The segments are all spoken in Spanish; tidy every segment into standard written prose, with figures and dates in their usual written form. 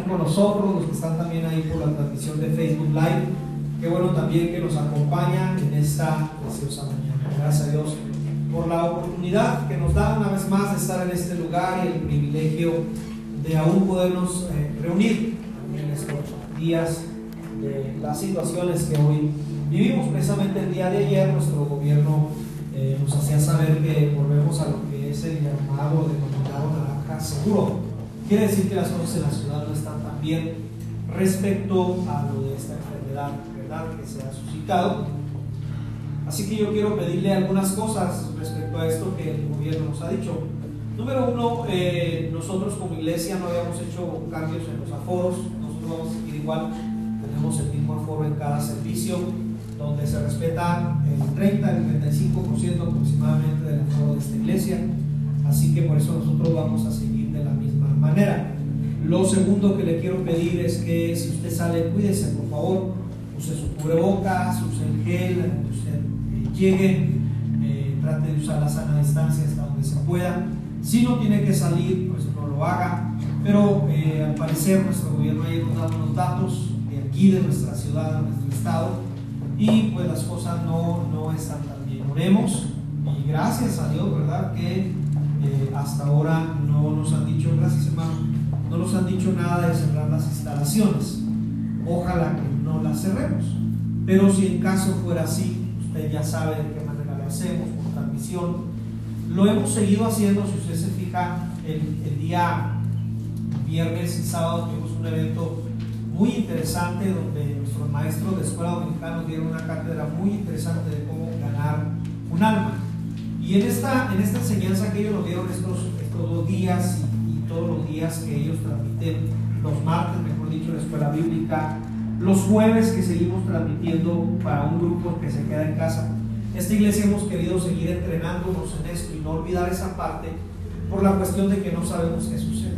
con nosotros, los que están también ahí por la transmisión de Facebook Live. Qué bueno también que nos acompañan en esta preciosa mañana. Gracias a Dios por la oportunidad que nos da una vez más de estar en este lugar y el privilegio de aún podernos reunir en estos días de las situaciones que hoy vivimos. Precisamente el día de ayer nuestro gobierno nos hacía saber que volvemos a lo que es el llamado denominado naranja seguro. Quiere decir que las cosas en la ciudad no están tan bien respecto a lo de esta enfermedad, ¿verdad?, que se ha suscitado. Así que yo quiero pedirle algunas cosas respecto a esto que el gobierno nos ha dicho. Número uno, nosotros como iglesia no habíamos hecho cambios en los aforos. Nosotros vamos a seguir igual, tenemos el mismo aforo en cada servicio, donde se respeta el 30, el 35% aproximadamente del aforo de esta iglesia. Así que por eso nosotros vamos a seguir de la misma manera. Lo segundo que le quiero pedir es que si usted sale, cuídese, por favor, use su cubrebocas, use el gel, donde usted llegue, trate de usar la sana distancia hasta donde se pueda. Si no tiene que salir, pues no lo haga, pero al parecer nuestro gobierno ayer nos da unos datos de aquí, de nuestra ciudad, de nuestro estado, y pues las cosas no están tan bien. Oremos y gracias a Dios, ¿verdad?, que hasta ahora no nos han dicho, gracias hermano, no nos han dicho nada de cerrar las instalaciones. Ojalá que no las cerremos, pero si en caso fuera así, usted ya sabe de qué manera lo hacemos, por transmisión. Lo hemos seguido haciendo. Si usted se fija, el día viernes y sábado tuvimos un evento muy interesante donde nuestros maestros de escuela dominical nos dieron una cátedra muy interesante de cómo ganar un alma. Y en esta enseñanza que ellos nos dieron estos 2 días y todos los días que ellos transmiten, los martes, mejor dicho, en la escuela bíblica, los jueves que seguimos transmitiendo para un grupo que se queda en casa, esta iglesia hemos querido seguir entrenándonos en esto y no olvidar esa parte por la cuestión de que no sabemos qué suceda.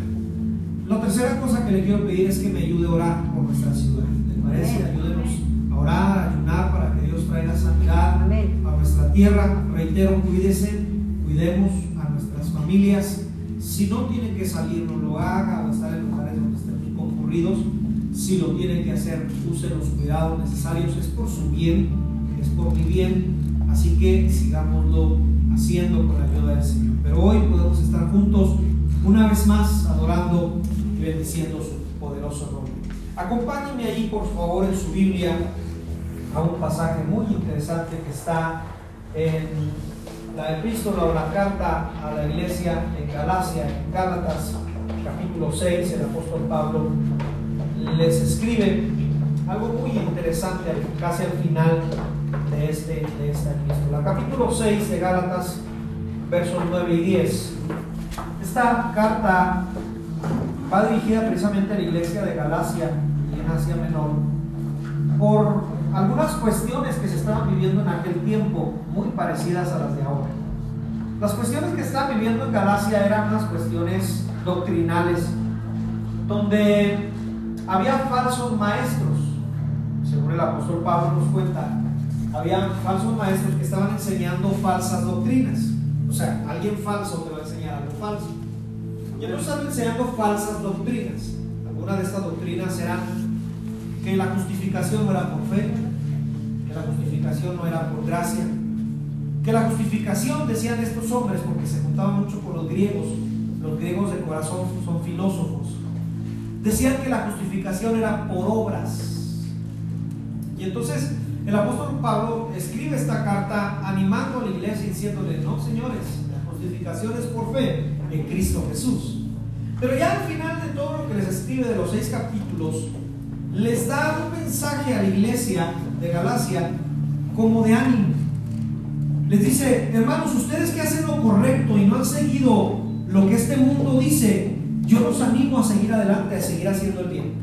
La tercera cosa que le quiero pedir es que me ayude a orar por nuestra ciudad. ¿Le parece? Ayúdenos a orar, a ayunar para que Dios traiga sanidad a nuestra tierra. Reitero, cuídese, cuidemos a nuestras familias. Si no tiene que salir, no lo haga, o estar en lugares donde estén muy concurridos. Si lo tiene que hacer, use los cuidados necesarios. Es por su bien, es por mi bien. Así que sigámoslo haciendo con la ayuda del Señor. Pero hoy podemos estar juntos una vez más adorando y bendiciendo su poderoso nombre. Acompáñenme allí, por favor, en su Biblia a un pasaje muy interesante que está en la epístola o la carta a la iglesia en Galacia, en Gálatas, capítulo 6. El apóstol Pablo les escribe algo muy interesante casi al final de esta epístola. Capítulo 6 de Gálatas, versos 9 y 10. Esta carta va dirigida precisamente a la iglesia de Galacia y en Asia Menor por algunas cuestiones que se estaban viviendo en aquel tiempo, muy parecidas a las de ahora. Las cuestiones que estaban viviendo en Galacia eran unas cuestiones doctrinales, donde había falsos maestros, según el apóstol Pablo nos cuenta. Había falsos maestros que estaban enseñando falsas doctrinas. O sea, alguien falso te va a enseñar algo falso. Y ellos están enseñando falsas doctrinas. Algunas de estas doctrinas eran que la justificación no era por fe, que la justificación no era por gracia, que la justificación, decían estos hombres, porque se juntaban mucho con los griegos de corazón son filósofos, decían que la justificación era por obras. Y entonces el apóstol Pablo escribe esta carta animando a la iglesia, diciéndole: no, señores, la justificación es por fe en Cristo Jesús. Pero ya al final de todo lo que les escribe, de los 6 capítulos, les da un mensaje a la iglesia de Galacia como de ánimo. Les dice: hermanos, ustedes que hacen lo correcto y no han seguido lo que este mundo dice, yo los animo a seguir adelante, a seguir haciendo el bien.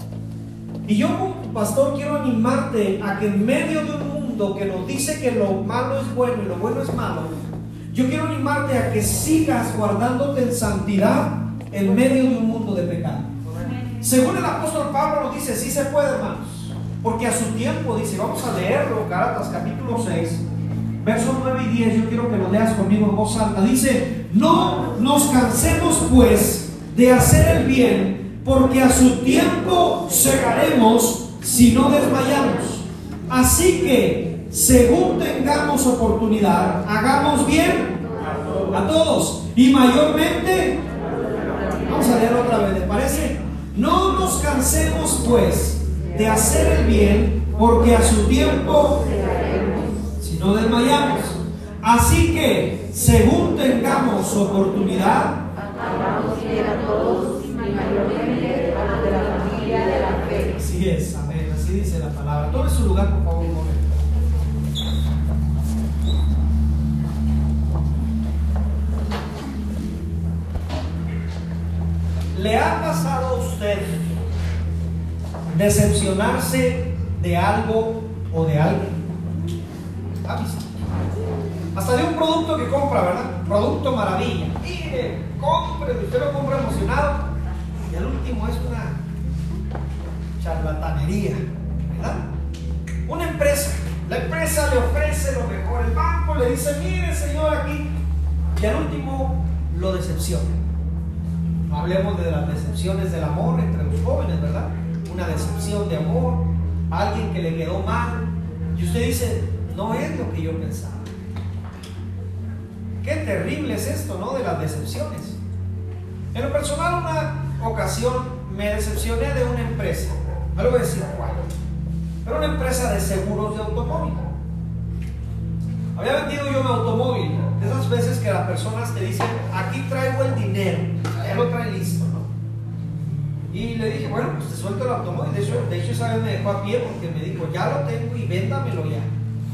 Y yo como pastor quiero animarte a que en medio de un mundo que nos dice que lo malo es bueno y lo bueno es malo, yo quiero animarte a que sigas guardándote en santidad en medio de un mundo de pecado. Según el apóstol Pablo nos dice, sí se puede, hermanos, porque a su tiempo dice, vamos a leerlo, Gálatas capítulo 6, versos 9 y 10, yo quiero que lo leas conmigo en voz alta. Dice: no nos cansemos pues de hacer el bien, porque a su tiempo segaremos si no desmayamos. Así que, según tengamos oportunidad, hagamos bien a todos y mayormente, vamos a leer otra vez, ¿le parece? No nos cansemos pues de hacer el bien, porque a su tiempo si no desmayamos. Así que, según tengamos oportunidad, hagamos bien a todos y mayormente a los de la familia de la fe. Así es, amén, así dice la palabra. Tome su lugar, por favor, un momento. ¿Le ha pasado a usted decepcionarse de algo o de alguien? ¿Ha visto? Hasta de un producto que compra, ¿verdad? Producto maravilla. Mire, compre, usted lo compra emocionado y al último es una charlatanería, ¿verdad? Una empresa, la empresa le ofrece lo mejor, el banco le dice, mire señor aquí, y al último lo decepciona. No hablemos de las decepciones del amor entre los jóvenes, ¿verdad? Una decepción de amor, alguien que le quedó mal, y usted dice, no es lo que yo pensaba. Qué terrible es esto, ¿no? De las decepciones. En lo personal, una ocasión me decepcioné de una empresa. No le voy a decir cuál. Era una empresa de seguros de automóvil. Había vendido yo un automóvil. De esas veces que las personas te dicen, aquí traigo el dinero. Ya lo trae listo, ¿no? Y le dije, bueno, pues te suelto el automóvil. De hecho esa vez me dejó a pie porque me dijo, ya lo tengo y véndamelo ya.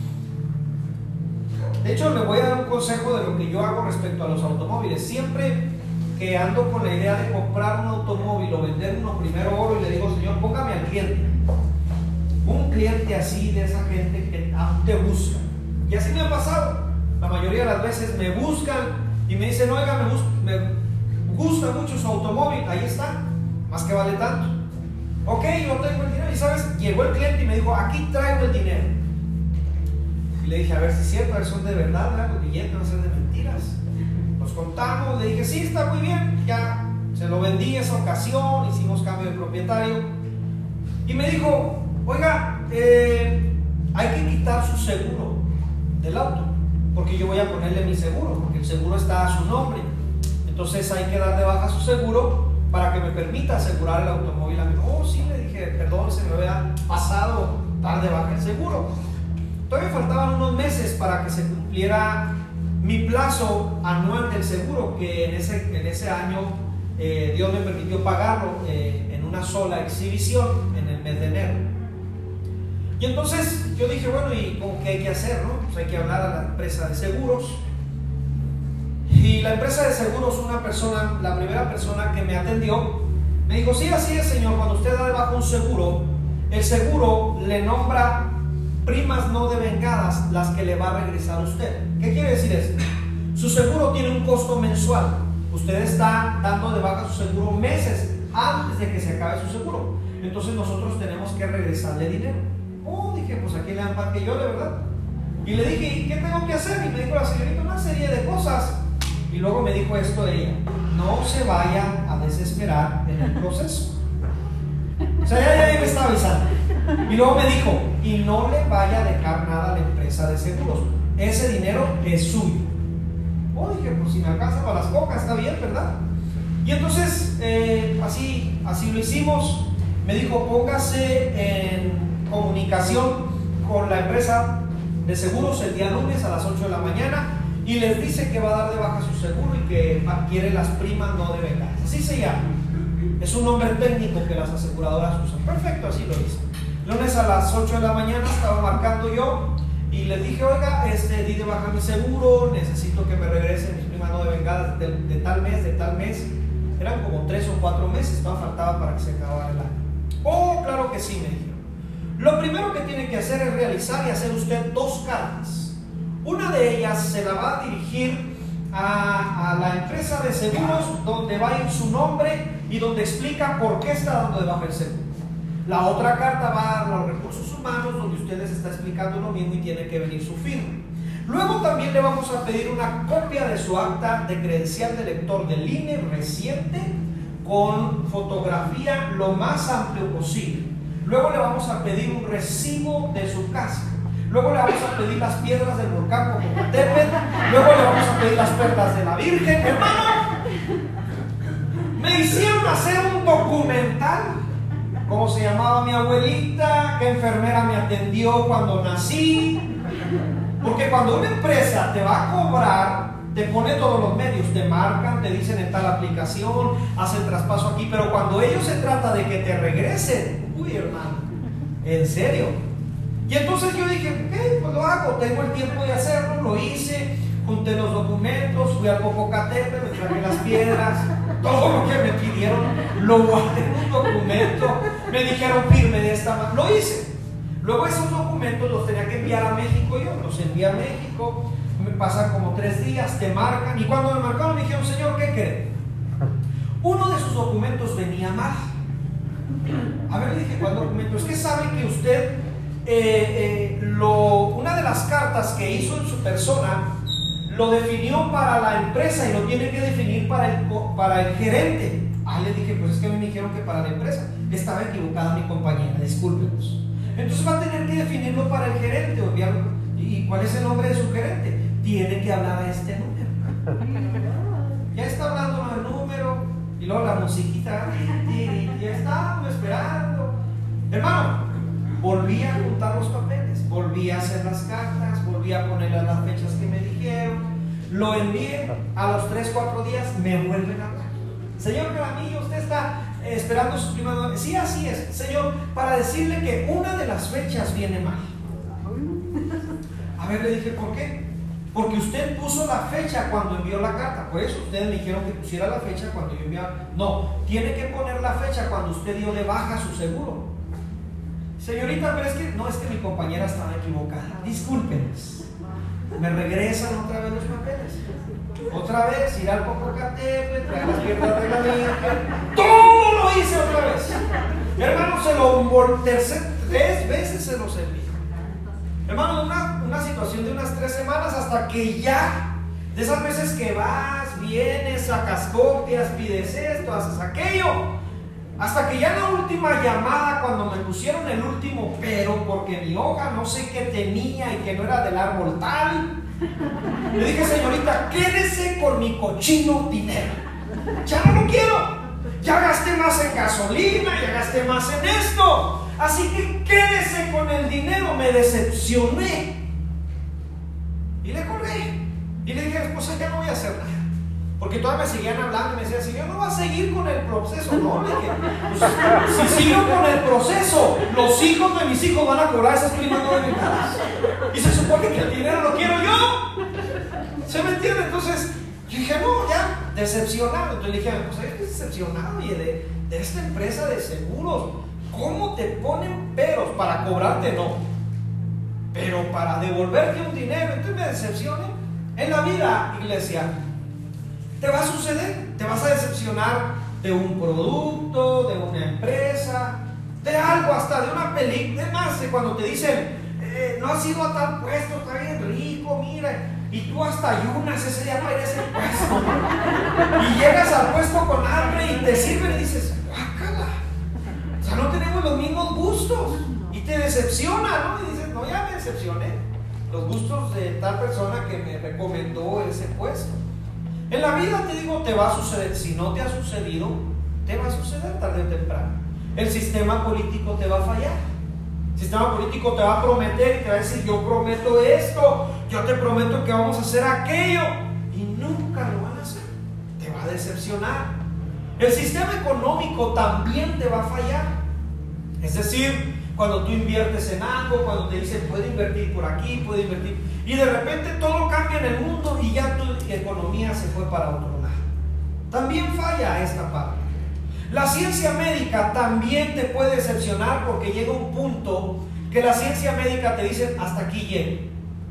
De hecho, le voy a dar un consejo de lo que yo hago respecto a los automóviles. Siempre que ando con la idea de comprar un automóvil o vender uno, primero oro y le digo, señor, póngame al cliente. Un cliente así, de esa gente que aún te busca. Y así me ha pasado. La mayoría de las veces me buscan y me dicen, oiga, me gusta mucho su automóvil, ahí está, más que vale tanto. Ok, no tengo el dinero. Y sabes, llegó el cliente y me dijo, aquí traigo el dinero. Y le dije, a ver si es cierto, a ver, son de verdad, ¿verdad? Los billetes no son de mentiras. Los contamos, le dije, sí, está muy bien, ya se lo vendí esa ocasión, hicimos cambio de propietario. Y me dijo, oiga, hay que quitar su seguro del auto, porque yo voy a ponerle mi seguro, porque el seguro está a su nombre. Entonces hay que dar de baja su seguro para que me permita asegurar el automóvil a mí. Oh, sí, le dije, perdón, se me había pasado dar de baja el seguro. Todavía faltaban unos meses para que se cumpliera mi plazo anual del seguro, que en ese año Dios me permitió pagarlo en una sola exhibición en el mes de enero. Y entonces yo dije, bueno, ¿y cómo que hay que hacer, no? Pues hay que hablar a la empresa de seguros. Y la empresa de seguros, la primera persona que me atendió, me dijo, sí, así es, señor, cuando usted da de baja un seguro, el seguro le nombra primas no devengadas las que le va a regresar a usted. ¿Qué quiere decir esto? Su seguro tiene un costo mensual. Usted está dando de baja su seguro meses antes de que se acabe su seguro. Entonces nosotros tenemos que regresarle dinero. Oh, dije, pues aquí le dan pan que yo, de verdad. Y le dije, ¿y qué tengo que hacer? Y me dijo la señorita una serie de cosas. Y luego me dijo esto de ella: no se vaya a desesperar en el proceso. O sea, ya me estaba avisando. Y luego me dijo, y no le vaya a dejar nada a la empresa de seguros, ese dinero es suyo. Oh, dije, pues si me alcanza para las cocas, está bien, ¿verdad? Y entonces, así lo hicimos. Me dijo, póngase en comunicación con la empresa de seguros el día lunes a las 8 de la mañana y les dice que va a dar de baja su seguro y que adquiere las primas no devengadas. Así se llama. Es un nombre técnico que las aseguradoras usan. Perfecto, así lo hice. Lunes a las 8 de la mañana estaba marcando yo y les dije, oiga, di de baja mi seguro, necesito que me regresen mis primas no devengadas de tal mes. Eran como 3 o 4 meses, no faltaba para que se acabara el año. Oh, claro que sí, me dijeron. Lo primero que tiene que hacer es realizar y hacer usted 2 cartas. Una de ellas se la va a dirigir a la empresa de seguros, donde va a ir su nombre y donde explica por qué está dando de baja el seguro. La otra carta va a los recursos humanos, donde usted les está explicando lo mismo y tiene que venir su firma. Luego también le vamos a pedir una copia de su acta de credencial de lector del INE reciente, con fotografía lo más amplio posible. Luego le vamos a pedir un recibo de su casa. Luego le vamos a pedir las piedras del volcán Popocatépetl. Luego le vamos a pedir las perlas de la Virgen. Hermano, me hicieron hacer un documental. ¿Cómo se llamaba mi abuelita? ¿Qué enfermera me atendió cuando nací? Porque cuando una empresa te va a cobrar, te pone todos los medios, te marcan, te dicen en tal aplicación, hacen traspaso aquí, pero cuando ellos se trata de que te regresen, uy, hermano, en serio. Y entonces yo dije, ok, pues lo hago, tengo el tiempo de hacerlo, lo hice, junté los documentos, fui al Popocatépetl, me traje las piedras, todo lo que me pidieron, lo guardé en un documento, me dijeron firme de esta manera, lo hice. Luego esos documentos los tenía que enviar a México, yo los envié a México, me pasan como 3 días, te marcan, y cuando me marcaron me dijeron, señor, ¿qué cree? Uno de sus documentos venía mal. A ver, le dije, ¿cuál documento? Es que sabe que usted, una de las cartas que hizo en su persona, lo definió para la empresa y lo tiene que definir para el gerente. Ah, le dije, pues es que a mí me dijeron que para la empresa. Estaba equivocada mi compañera, discúlpenos. Entonces va a tener que definirlo para el gerente o enviarlo. ¿Y cuál es el nombre de su gerente? Tiene que hablar a este número. Ya está hablando del número y luego la musiquita, ya está esperando. Hermano, volví a juntar los papeles, volví a hacer las cartas, volví a ponerle las fechas que me dijeron, lo envié, a los 3-4 días me vuelven a hablar. Señor Caramillo, usted está esperando su prima. Sí, así es, señor, para decirle que una de las fechas viene mal. A ver, le dije, ¿por qué? Porque usted puso la fecha cuando envió la carta. Por eso ustedes me dijeron que pusiera la fecha cuando yo enviaba. No, tiene que poner la fecha cuando usted dio de baja su seguro. Señorita, pero es que mi compañera estaba equivocada. Discúlpenos. Me regresan otra vez los papeles. Otra vez, ir al Popocatépetl, traer las piedras de la Virgen. Todo lo hice otra vez. Hermano, se lo 3 veces se los envié. Hermano, una situación de unas 3 semanas hasta que ya, de esas veces que vas, vienes, sacas copias, pides esto, haces aquello, hasta que ya en la última llamada, cuando me pusieron el último pero, porque mi hoja no sé qué tenía y que no era del árbol tal, le dije, señorita, quédese con mi cochino dinero. Ya no lo quiero. Ya gasté más en gasolina, ya gasté más en esto. Así que quédese con el dinero. Me decepcioné. Y le colgué. Y le dije, esposa, ya no voy a hacer nada. Porque todavía me seguían hablando y me decían, señor, no va a seguir con el proceso. No, le dije, pues, si sigo con el proceso, los hijos de mis hijos van a cobrar esas primas no de mi casa. Y se supone que el dinero lo quiero yo. ¿Se me entiende? Entonces, yo dije, no, ya, decepcionado. Entonces le dije, pues estoy decepcionado y de esta empresa de seguros. ¿Cómo te ponen peros? Para cobrarte no, pero para devolverte un dinero. Entonces me decepcioné. En la vida, iglesia, te va a suceder, te vas a decepcionar de un producto, de una empresa, de algo, hasta de una película. Además, cuando te dicen, no has ido a tal puesto, está bien rico, mira, y tú hasta ayunas ese día para ir a ese puesto, y llegas al puesto con hambre y te sirven y dices, guácala, o sea, no tenemos los mismos gustos, y te decepciona, ¿no? Y dices, no, ya me decepcioné, los gustos de tal persona que me recomendó ese puesto. En la vida, te digo, te va a suceder. Si no te ha sucedido, te va a suceder tarde o temprano. El sistema político te va a fallar. El sistema político te va a prometer y te va a decir, yo prometo esto, yo te prometo que vamos a hacer aquello, y nunca lo van a hacer. Te va a decepcionar. El sistema económico también te va a fallar. Es decir, cuando tú inviertes en algo, cuando te dicen puede invertir por aquí, puede invertir, y de repente todo cambia en el mundo y ya tu economía se fue para otro lado. También falla esta parte. La ciencia médica también te puede decepcionar, porque llega un punto que la ciencia médica te dice hasta aquí llego.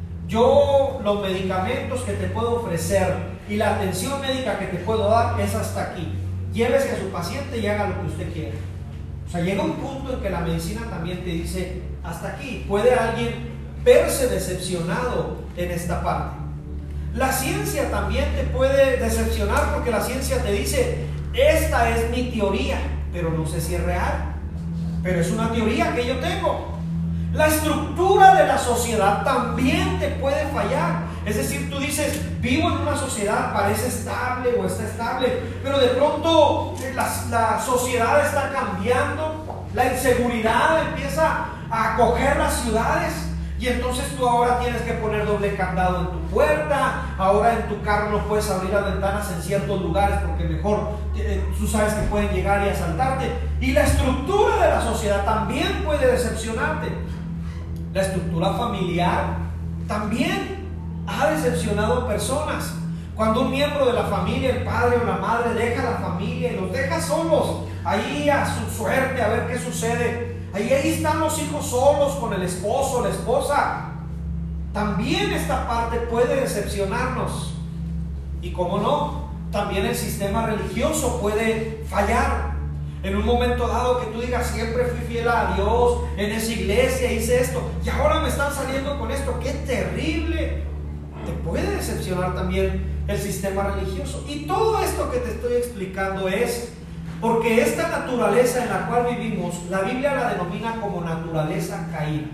Yo los medicamentos que te puedo ofrecer y la atención médica que te puedo dar es hasta aquí. Llévese a su paciente y haga lo que usted quiera. O sea, llega un punto en que la medicina también te dice hasta aquí. Puede alguien verse decepcionado en esta parte. La ciencia también te puede decepcionar, porque la ciencia te dice esta es mi teoría, pero no sé si es real, pero es una teoría que yo tengo. La estructura de la sociedad también te puede fallar. Es decir, tú dices, vivo en una sociedad, parece estable o está estable, pero de pronto la sociedad está cambiando, la inseguridad empieza a acoger las ciudades, y entonces tú ahora tienes que poner doble candado en tu puerta, ahora en tu carro no puedes abrir las ventanas en ciertos lugares porque mejor tú sabes que pueden llegar y asaltarte. Y la estructura de la sociedad también puede decepcionarte. La estructura familiar también ha decepcionado a personas. Cuando un miembro de la familia, el padre o la madre, deja la familia y los deja solos, ahí a su suerte, a ver qué sucede. Ahí están los hijos solos con el esposo, la esposa. También esta parte puede decepcionarnos. Y cómo no, también el sistema religioso puede fallar. En un momento dado que tú digas, siempre fui fiel a Dios, en esa iglesia hice esto, y ahora me están saliendo con esto, ¡qué terrible! Te puede decepcionar también el sistema religioso. Y todo esto que te estoy explicando es porque esta naturaleza en la cual vivimos, la Biblia la denomina como naturaleza caída.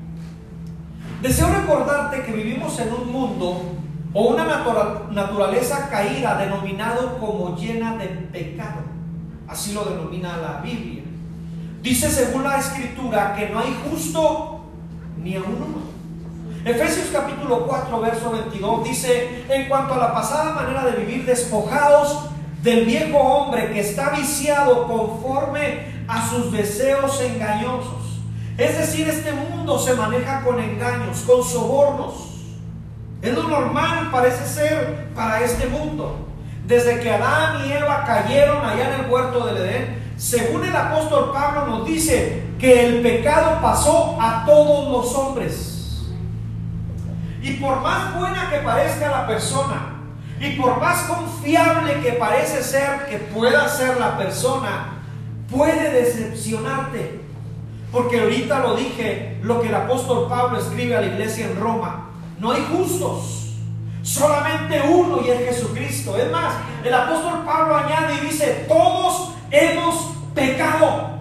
Deseo recordarte que vivimos en un mundo o una naturaleza caída denominado como llena de pecado. Así lo denomina la Biblia. Dice según la Escritura que no hay justo ni a uno. Efesios capítulo 4 verso 22 dice: en cuanto a la pasada manera de vivir, despojaos del viejo hombre que está viciado conforme a sus deseos engañosos. Es decir, este mundo se maneja con engaños, con sobornos. Es lo normal, parece ser, para este mundo. Desde que Adán y Eva cayeron allá en el huerto del Edén, según el apóstol Pablo nos dice que el pecado pasó a todos los hombres. Y por más buena que parezca la persona, y por más confiable que parece ser que pueda ser la persona, puede decepcionarte. Porque ahorita lo dije, lo que el apóstol Pablo escribe a la iglesia en Roma: no hay justos, solamente uno, y es Jesucristo. Es más, el apóstol Pablo añade y dice: todos hemos pecado.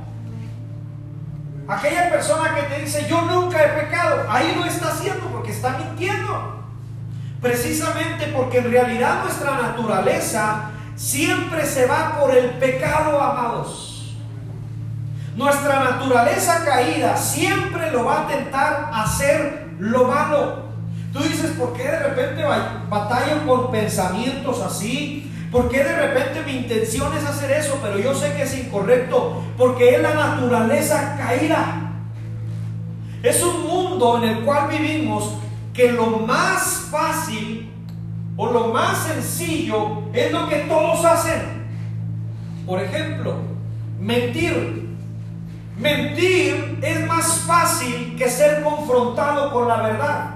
Aquella persona que te dice yo nunca he pecado, ahí lo está haciendo porque está mintiendo. Precisamente porque en realidad nuestra naturaleza siempre se va por el pecado, amados. Nuestra naturaleza caída siempre lo va a tentar a hacer lo malo. Tú dices, ¿por qué de repente batallo con pensamientos así? ¿Por qué de repente mi intención es hacer eso? Pero yo sé que es incorrecto, porque es la naturaleza caída. Es un mundo en el cual vivimos que lo más fácil o lo más sencillo es lo que todos hacen. Por ejemplo, mentir. Mentir es más fácil que ser confrontado con la verdad.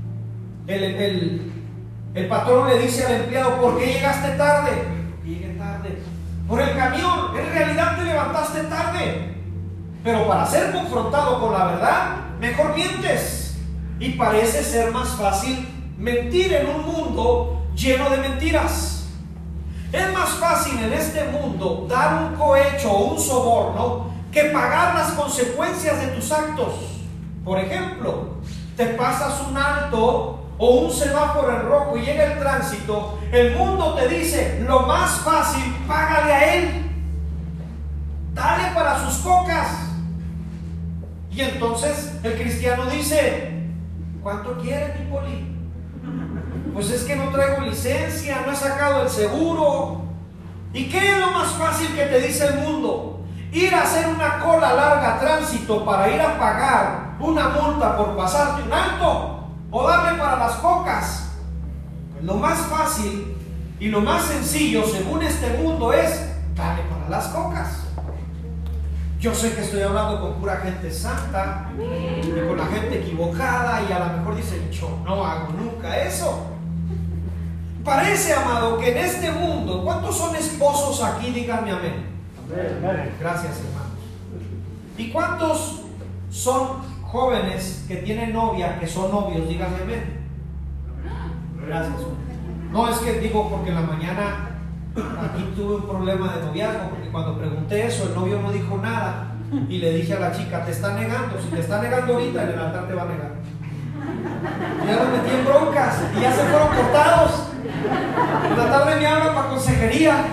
El patrón le dice al empleado: ¿por qué llegaste tarde? Llegué tarde por el camión. En realidad te levantaste tarde, pero para ser confrontado con la verdad, mejor mientes. Y parece ser más fácil mentir en un mundo lleno de mentiras. Es más fácil en este mundo dar un cohecho o un soborno que pagar las consecuencias de tus actos. Por ejemplo, te pasas un alto o un semáforo en rojo y llega el tránsito, el mundo te dice: lo más fácil, págale a él, dale para sus cocas. Y entonces el cristiano dice: ¿cuánto quiere, mi poli? Pues es que no traigo licencia, no he sacado el seguro. ¿Y qué es lo más fácil que te dice el mundo? Ir a hacer una cola larga a tránsito para ir a pagar una multa por pasarte un alto, o darle para las cocas. Pues lo más fácil y lo más sencillo según este mundo es darle para las cocas. Yo sé que estoy hablando con pura gente santa y con la gente equivocada, y a lo mejor dicen: yo no hago nunca eso. Parece, amado, que en este mundo, ¿cuántos son esposos aquí? Díganme amén. Gracias, hermanos. ¿Y cuántos son jóvenes que tienen novia, que son novios? Díganme amén. Gracias. No, es que digo porque en la mañana Aquí tuve un problema de noviazgo, porque cuando pregunté eso, el novio no dijo nada. Y le dije a la chica, te está negando. Si te está negando ahorita, en el altar te va a negar. Y ya los metí en broncas y ya se fueron cortados. En la tarde me hablan para consejería.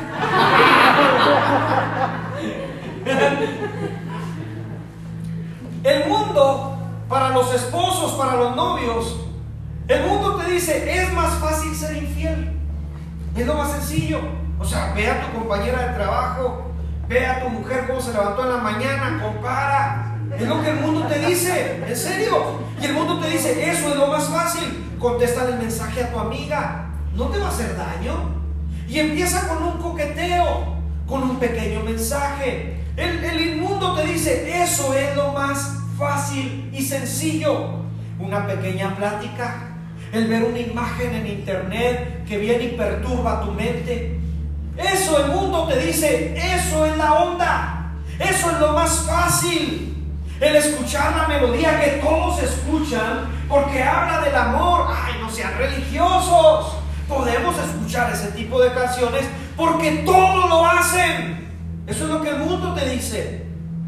El mundo, para los esposos, para los novios, el mundo te dice, es más fácil ser infiel. Es lo más sencillo. O sea, ve a tu compañera de trabajo, ve a tu mujer cómo se levantó en la mañana, compara. Es lo que el mundo te dice, en serio. Y el mundo te dice, eso es lo más fácil. Contéstale el mensaje a tu amiga, no te va a hacer daño. Y empieza con un coqueteo, con un pequeño mensaje. El mundo te dice, eso es lo más fácil y sencillo. Una pequeña plática, el ver una imagen en internet que viene y perturba tu mente. Eso el mundo te dice, eso es la onda, eso es lo más fácil. El escuchar la melodía que todos escuchan porque habla del amor. Ay, no sean religiosos. Podemos escuchar ese tipo de canciones porque todos lo hacen. Eso es lo que el mundo te dice.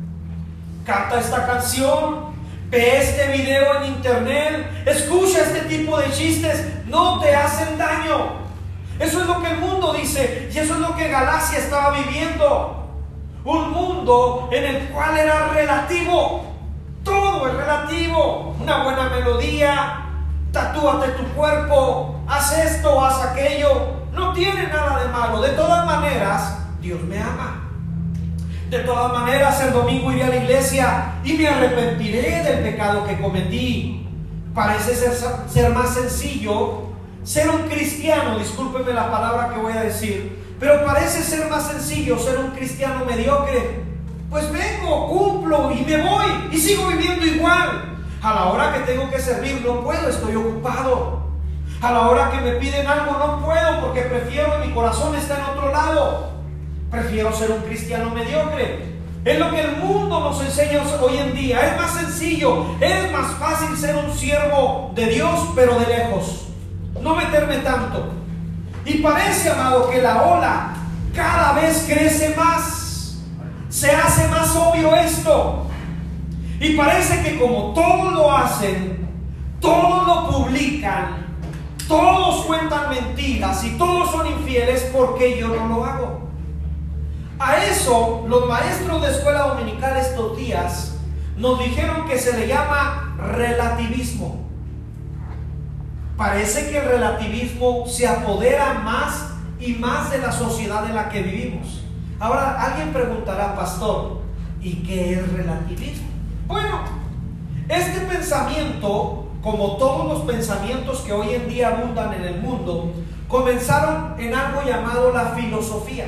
Canta esta canción, ve este video en internet, escucha este tipo de chistes, no te hacen daño. Eso es lo que el mundo dice, y eso es lo que Galacia estaba viviendo. Un mundo en el cual era relativo. Todo es relativo. Una buena melodía, tatúate tu cuerpo, haz esto, haz aquello, no tiene nada de malo. De todas maneras, Dios me ama. De todas maneras, el domingo iré a la iglesia y me arrepentiré del pecado que cometí. Parece ser más sencillo ser un cristiano, discúlpeme la palabra que voy a decir, pero parece ser más sencillo ser un cristiano mediocre. Pues vengo, cumplo y me voy y sigo viviendo igual. A la hora que tengo que servir no puedo, estoy ocupado. A la hora que me piden algo no puedo porque prefiero, mi corazón está en otro lado. Prefiero ser un cristiano mediocre. Es lo que el mundo nos enseña hoy en día. Es más sencillo, es más fácil ser un siervo de Dios, pero de lejos, no meterme tanto. Y parece, amado, que la ola cada vez crece más. Se hace más obvio esto. Y parece que como todos lo hacen, todos lo publican, todos cuentan mentiras y todos son infieles, ¿por qué yo no lo hago? A eso los maestros de escuela dominical estos días nos dijeron que se le llama relativismo. Parece que el relativismo se apodera más y más de la sociedad en la que vivimos. Ahora alguien preguntará, pastor, ¿y qué es relativismo? Bueno, este pensamiento, como todos los pensamientos que hoy en día abundan en el mundo, comenzaron en algo llamado la filosofía.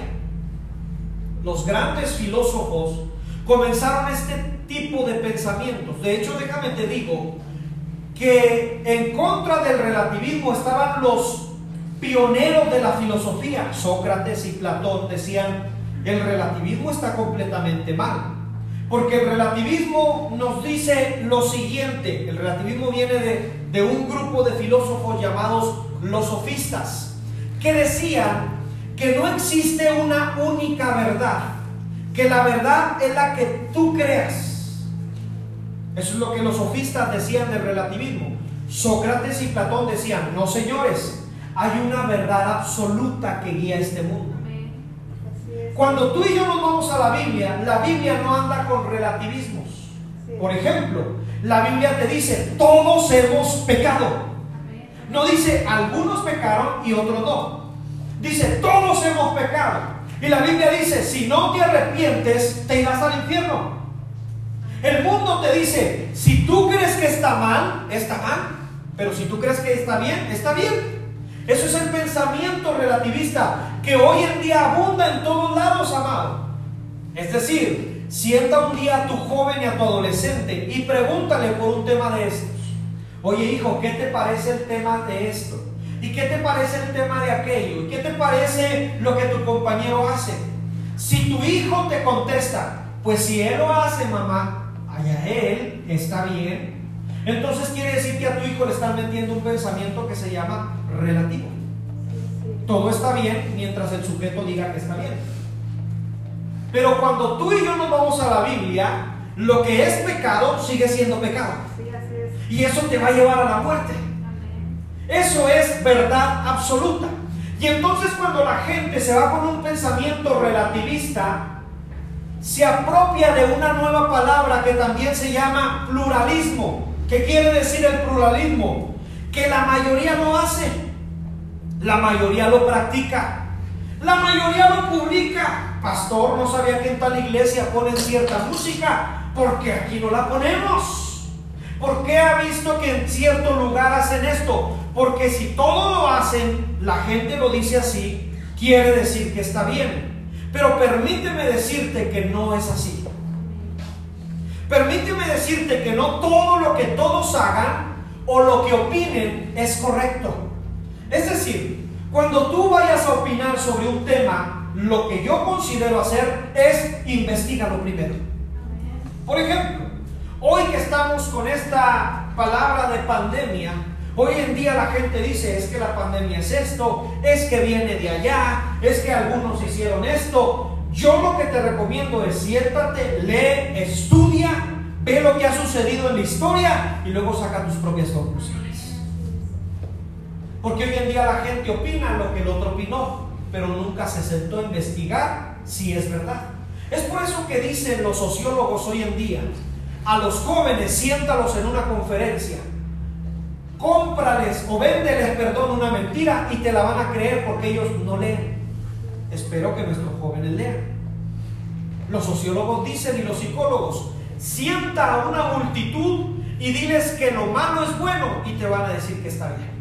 Los grandes filósofos comenzaron este tipo de pensamientos. De hecho, déjame te digo que en contra del relativismo estaban los pioneros de la filosofía. Sócrates y Platón decían, el relativismo está completamente mal, porque el relativismo nos dice lo siguiente. El relativismo viene de un grupo de filósofos llamados los sofistas, que decían que no existe una única verdad, que la verdad es la que tú creas. Eso es lo que los sofistas decían del relativismo. Sócrates y Platón decían, no señores, hay una verdad absoluta que guía este mundo. Cuando tú y yo nos vamos a la Biblia no anda con relativismos. Por ejemplo, la Biblia te dice, todos hemos pecado. No dice, algunos pecaron y otros no. Dice, todos hemos pecado. Y la Biblia dice, si no te arrepientes, te irás al infierno. El mundo te dice, si tú crees que está mal, está mal. Pero si tú crees que está bien, está bien. Eso es el pensamiento relativista que hoy en día abunda en todos lados, amado. Es decir, sienta un día a tu joven y a tu adolescente y pregúntale por un tema de estos. Oye, hijo, ¿qué te parece el tema de esto? ¿Y qué te parece el tema de aquello? ¿Y qué te parece lo que tu compañero hace? Si tu hijo te contesta, pues si él lo hace, mamá, allá él, está bien. Entonces quiere decir que a tu hijo le están metiendo un pensamiento que se llama relativo. todo está bien mientras el sujeto diga que está bien. Pero cuando tú y yo nos vamos a la Biblia, lo que es pecado sigue siendo pecado. Sí, así es. Y eso te va a llevar a la muerte. Eso es verdad absoluta. Y entonces cuando la gente se va con un pensamiento relativista, se apropia de una nueva palabra que también se llama pluralismo. ¿Qué quiere decir el pluralismo? Que la mayoría lo hace, la mayoría lo practica, la mayoría lo publica. Pastor, no sabía que en tal iglesia ponen cierta música, porque aquí no la ponemos. ¿Por qué ha visto que en cierto lugar hacen esto? Porque si todo lo hacen, la gente lo dice así, quiere decir que está bien. Pero permíteme decirte que no es así. Permíteme decirte que no todo lo que todos hagan o lo que opinen es correcto. Es decir, cuando tú vayas a opinar sobre un tema, lo que yo considero hacer es investígalo primero. Por ejemplo, hoy que estamos con esta palabra de pandemia, hoy en día la gente dice, es que la pandemia es esto, es que viene de allá, es que algunos hicieron esto. Yo lo que te recomiendo es siéntate, lee, estudia, ve lo que ha sucedido en la historia y luego saca tus propias conclusiones. Porque hoy en día la gente opina lo que el otro opinó, pero nunca se sentó a investigar si es verdad. Es por eso que dicen los sociólogos hoy en día, a los jóvenes siéntalos en una conferencia, cómprales o véndeles, una mentira y te la van a creer porque ellos no leen. Espero que nuestros jóvenes lean. Los sociólogos dicen y los psicólogos, sienta a una multitud y diles que lo malo es bueno y te van a decir que está bien.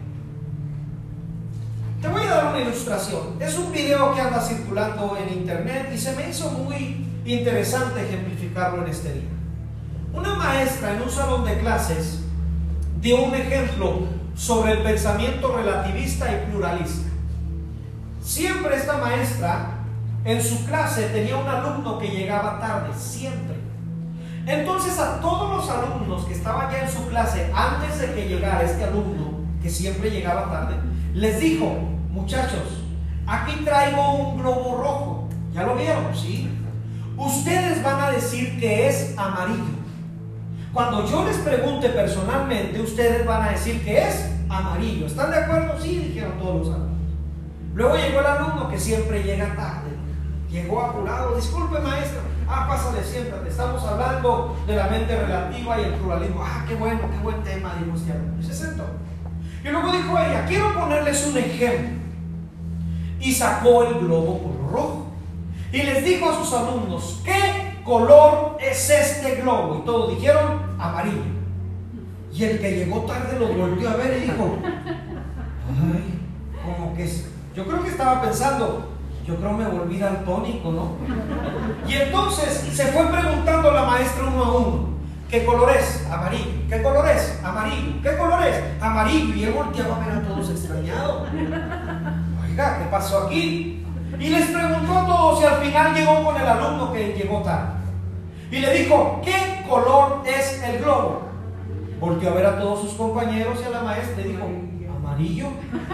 Te voy a dar una ilustración. Es un video que anda circulando en internet y se me hizo muy interesante ejemplificarlo en este día. Una maestra en un salón de clases dio un ejemplo sobre el pensamiento relativista y pluralista. Siempre esta maestra en su clase tenía un alumno que llegaba tarde, siempre. Entonces a todos los alumnos que estaban ya en su clase, antes de que llegara este alumno, que siempre llegaba tarde, les dijo, muchachos, aquí traigo un globo rojo. ¿Ya lo vieron? Sí. Ustedes van a decir que es amarillo. Cuando yo les pregunte personalmente, ustedes van a decir que es amarillo. ¿Están de acuerdo? Sí, dijeron todos los alumnos. Luego llegó el alumno que siempre llega tarde. Llegó apurado. Disculpe, maestra. Pásale, siéntate. Estamos hablando de la mente relativa y el pluralismo. Qué bueno, qué buen tema, dijo este alumno. Y se sentó. Y luego dijo ella, quiero ponerles un ejemplo. Y sacó el globo color rojo. Y les dijo a sus alumnos, ¿qué color es este globo? Y todos dijeron, amarillo. Y el que llegó tarde lo volvió a ver y dijo, ay, como que es. Yo creo que estaba pensando, yo creo me volví daltónico, ¿no? Y entonces se fue preguntando la maestra uno a uno, ¿qué color es? Amarillo. ¿Qué color es? Amarillo. ¿Qué color es? Amarillo. Y él volteaba a ver a todos extrañados. Oiga, ¿qué pasó aquí? Y les preguntó a todos y al final llegó con el alumno que llegó tarde. Y le dijo, ¿qué color es el globo? Volteó a ver a todos sus compañeros y a la maestra y dijo, amarillo.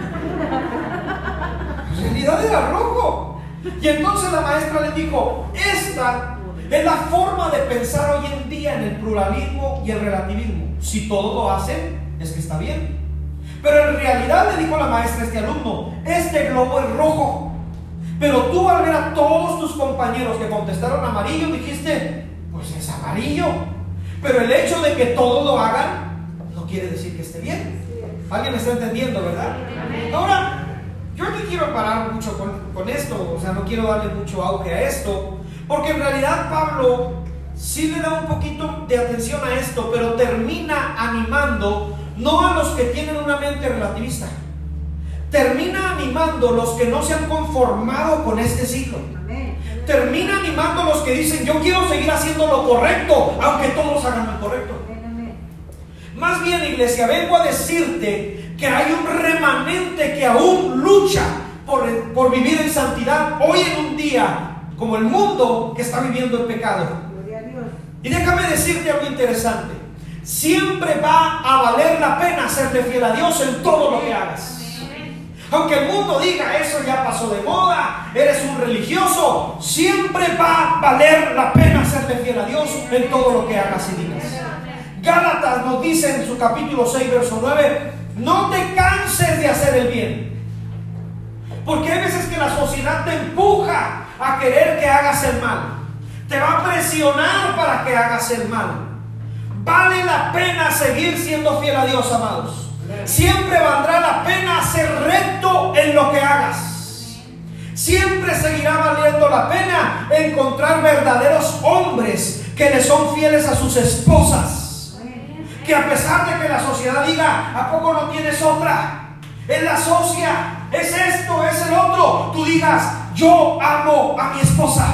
En realidad era rojo. Y entonces la maestra le dijo, esta es la forma de pensar hoy en día en el pluralismo y el relativismo. Si todos lo hacen, es que está bien. Pero en realidad, le dijo la maestra a este alumno, este globo es rojo. Pero tú al ver a todos tus compañeros que contestaron amarillo, dijiste, pues es amarillo. Pero el hecho de que todos lo hagan, no quiere decir que esté bien. ¿Alguien me está entendiendo, verdad? Ahora, yo no quiero parar mucho con esto, o sea, no quiero darle mucho auge a esto, porque en realidad Pablo sí le da un poquito de atención a esto, pero termina animando no a los que tienen una mente relativista, termina animando los que no se han conformado con este siglo. Termina animando los que dicen, yo quiero seguir haciendo lo correcto, aunque todos hagan lo correcto. Más bien, iglesia, vengo a decirte que hay un remanente que aún lucha por vivir en santidad hoy en un día como el mundo que está viviendo el pecado. Y déjame decirte algo interesante. Siempre va a valer la pena serle fiel a Dios en todo lo que hagas. Aunque el mundo diga eso ya pasó de moda, eres un religioso, siempre va a valer la pena serle fiel a Dios en todo lo que hagas y digas. Gálatas nos dice en su capítulo 6, verso 9: no te canses de hacer el bien. Porque hay veces que la sociedad te empuja a querer que hagas el mal. Te va a presionar para que hagas el mal. Vale la pena seguir siendo fiel a Dios, amados. Siempre valdrá la pena ser recto en lo que hagas. Siempre seguirá valiendo la pena encontrar verdaderos hombres que le son fieles a sus esposas. Que a pesar de que la sociedad diga: ¿a poco no tienes otra? Es la socia, es esto, es el otro. Tú digas: yo amo a mi esposa.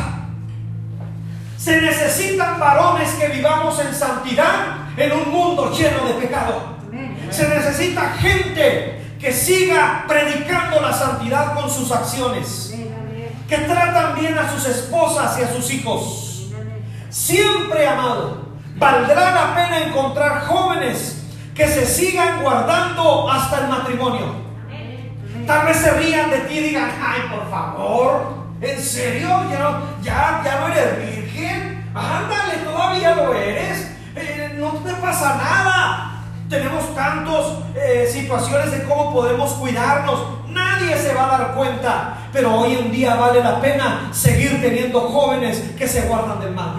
Se necesitan varones que vivamos en santidad en un mundo lleno de pecado. Se necesita gente que siga predicando la santidad con sus acciones, que tratan bien a sus esposas y a sus hijos. Siempre, amado, valdrá la pena encontrar jóvenes que se sigan guardando hasta el matrimonio. Tal vez se rían de ti y digan: ay, por favor, ¿en serio? ¿Ya no eres virgen? Ándale, todavía lo eres. No te pasa nada. Tenemos tantas situaciones de cómo podemos cuidarnos. Nadie se va a dar cuenta. Pero hoy en día vale la pena seguir teniendo jóvenes que se guardan del mal.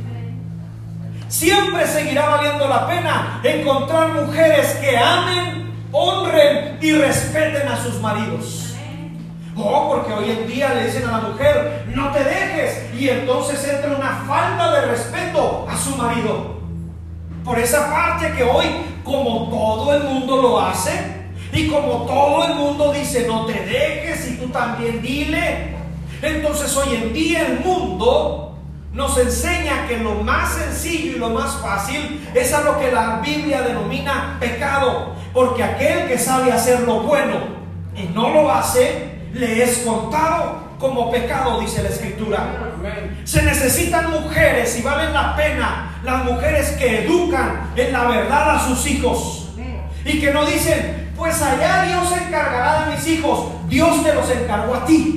Siempre seguirá valiendo la pena encontrar mujeres que amen, honren y respeten a sus maridos. Porque hoy en día le dicen a la mujer: no te dejes, y entonces entra una falta de respeto a su marido. Por esa parte que hoy, como todo el mundo lo hace, y como todo el mundo dice: no te dejes, y tú también dile. Entonces hoy en día el mundo nos enseña que lo más sencillo y lo más fácil es a lo que la Biblia denomina pecado. Porque aquel que sabe hacer lo bueno y no lo hace, le es contado como pecado, dice la Escritura. Se necesitan mujeres, y valen la pena las mujeres que educan en la verdad a sus hijos, y que no dicen: pues allá Dios se encargará de mis hijos. Dios te los encargó a ti.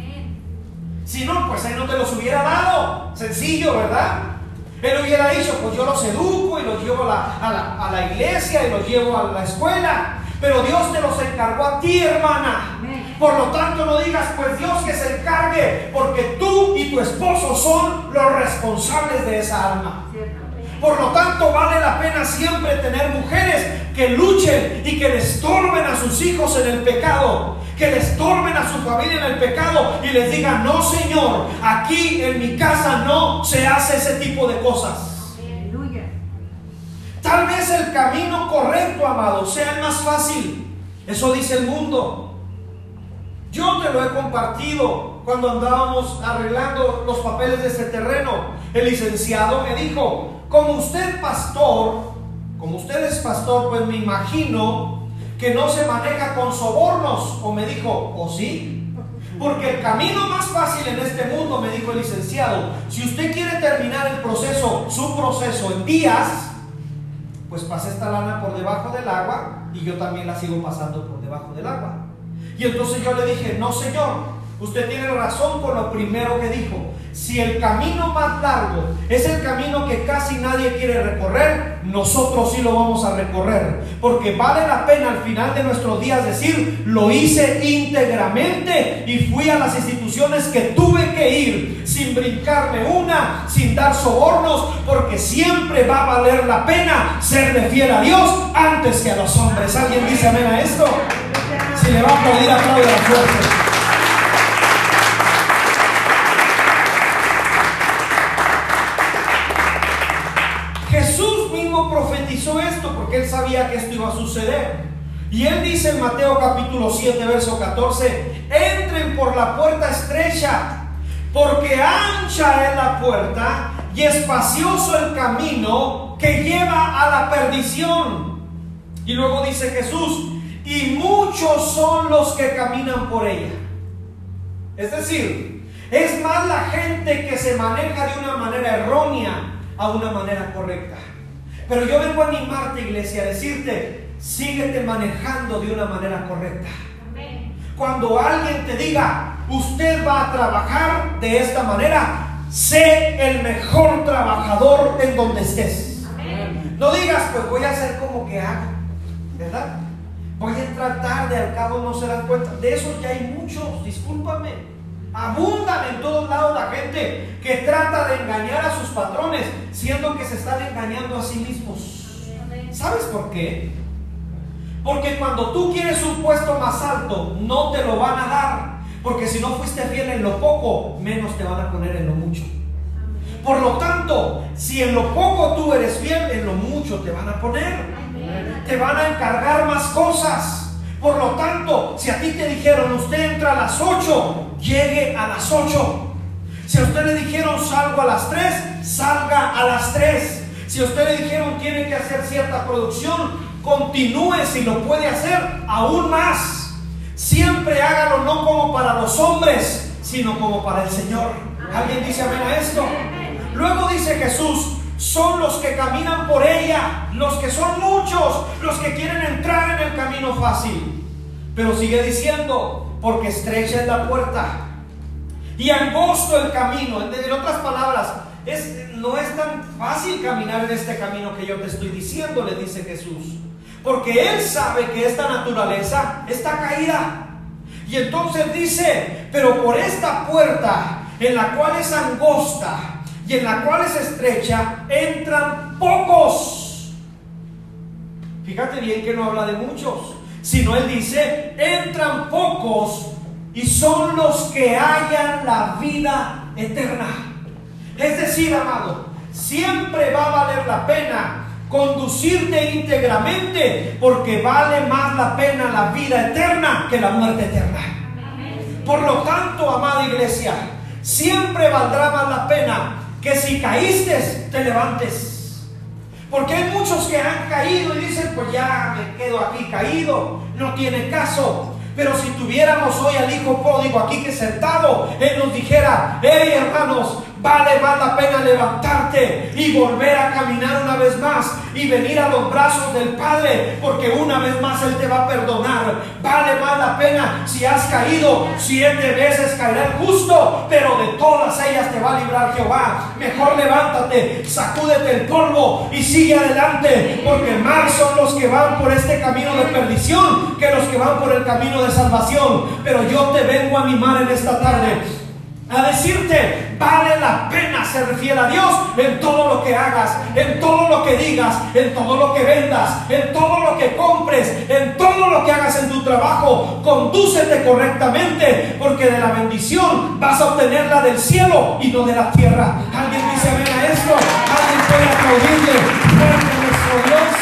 Si no, pues Él no te los hubiera dado. Sencillo, ¿verdad? Él hubiera dicho: pues yo los educo y los llevo a la iglesia y los llevo a la escuela. Pero Dios te los encargó a ti, hermana. Por lo tanto, no digas: pues Dios que se encargue, porque tú y tu esposo son los responsables de esa alma. Por lo tanto, vale la pena siempre tener mujeres que luchen y que le estorben a sus hijos en el pecado, que le estorben a su familia en el pecado, y les digan: no, Señor, aquí en mi casa no se hace ese tipo de cosas. Tal vez el camino correcto, amado, sea el más fácil. Eso dice el mundo. Yo te lo he compartido cuando andábamos arreglando los papeles de este terreno. El licenciado me dijo: como usted es pastor, pues me imagino que no se maneja con sobornos. O me dijo: ¿o sí? Porque el camino más fácil en este mundo, me dijo el licenciado, si usted quiere terminar el proceso, su proceso en días, pues pase esta lana por debajo del agua, y yo también la sigo pasando por debajo del agua. Y entonces yo le dije: no, señor, usted tiene razón con lo primero que dijo. Si el camino más largo es el camino que casi nadie quiere recorrer, nosotros sí lo vamos a recorrer, porque vale la pena al final de nuestros días decir: lo hice íntegramente y fui a las instituciones que tuve que ir, sin brincarme una, sin dar sobornos, porque siempre va a valer la pena serle fiel a Dios antes que a los hombres. ¿Alguien dice amén a esto? Si le va a aplaudir, aplaude la fuerza. Jesús mismo profetizó esto, porque Él sabía que esto iba a suceder. Y Él dice en Mateo capítulo 7, verso 14: entren por la puerta estrecha, porque ancha es la puerta y espacioso el camino que lleva a la perdición. Y luego dice Jesús: y muchos son los que caminan por ella. Es decir, es más la gente que se maneja de una manera errónea a una manera correcta. Pero yo vengo a animarte, iglesia, a decirte: síguete manejando de una manera correcta. Cuando alguien te diga, usted va a trabajar de esta manera, sé el mejor trabajador en donde estés. Amén. No digas, pues voy a hacer como que hago, ¿verdad? Voy a entrar tarde, al cabo no se dan cuenta. De esos ya hay muchos, discúlpame. Abundan en todos lados la gente que trata de engañar a sus patrones, siendo que se están engañando a sí mismos. ¿Sabes por qué? Porque cuando tú quieres un puesto más alto, no te lo van a dar. Porque si no fuiste fiel en lo poco, menos te van a poner en lo mucho. Por lo tanto, si en lo poco tú eres fiel, en lo mucho te van a poner. Te van a encargar más cosas. Por lo tanto, si a ti te dijeron, usted entra a las 8, llegue a las 8. Si a usted le dijeron, salgo a las 3, salga a las 3. Si a usted le dijeron, tiene que hacer cierta producción, continúe si lo puede hacer aún más. Siempre hágalo no como para los hombres, sino como para el Señor. ¿Alguien dice amén a esto? Luego dice Jesús, son los que caminan por ella, los que son muchos, los que quieren entrar en el camino fácil. Pero sigue diciendo, porque estrecha es la puerta y angosto el camino. En otras palabras, no es tan fácil caminar en este camino que yo te estoy diciendo, le dice Jesús. Porque Él sabe que esta naturaleza está caída. Y entonces dice, pero por esta puerta, en la cual es angosta y en la cual es estrecha, entran pocos. Fíjate bien que no habla de muchos, sino Él dice, entran pocos y son los que hallan la vida eterna. Es decir, amado, siempre va a valer la pena conducirte íntegramente, porque vale más la pena la vida eterna que la muerte eterna. Por lo tanto, amada iglesia, siempre valdrá más la pena que si caíste, te levantes. Porque hay muchos que han caído y dicen, pues ya me quedo aquí caído, no tiene caso. Pero si tuviéramos hoy al hijo pródigo aquí que sentado, Él nos dijera, hey hermanos, vale más la pena levantarte y volver a caminar una vez más y venir a los brazos del Padre, porque una vez más Él te va a perdonar. Vale más la pena, si has caído 7 veces caerá el justo, pero de todas ellas te va a librar Jehová. Mejor levántate, sacúdete el polvo y sigue adelante, porque más son los que van por este camino de perdición que los que van por el camino de salvación. Pero yo te vengo a animar en esta tarde a decirte, vale la pena ser fiel a Dios en todo lo que hagas, en todo lo que digas, en todo lo que vendas, en todo lo que compres, en todo lo que hagas en tu trabajo. Condúcete correctamente, porque de la bendición vas a obtenerla del cielo y no de la tierra. ¿Alguien dice amén a esto? ¿Alguien puede aplaudirle fuerte a nuestro Dios?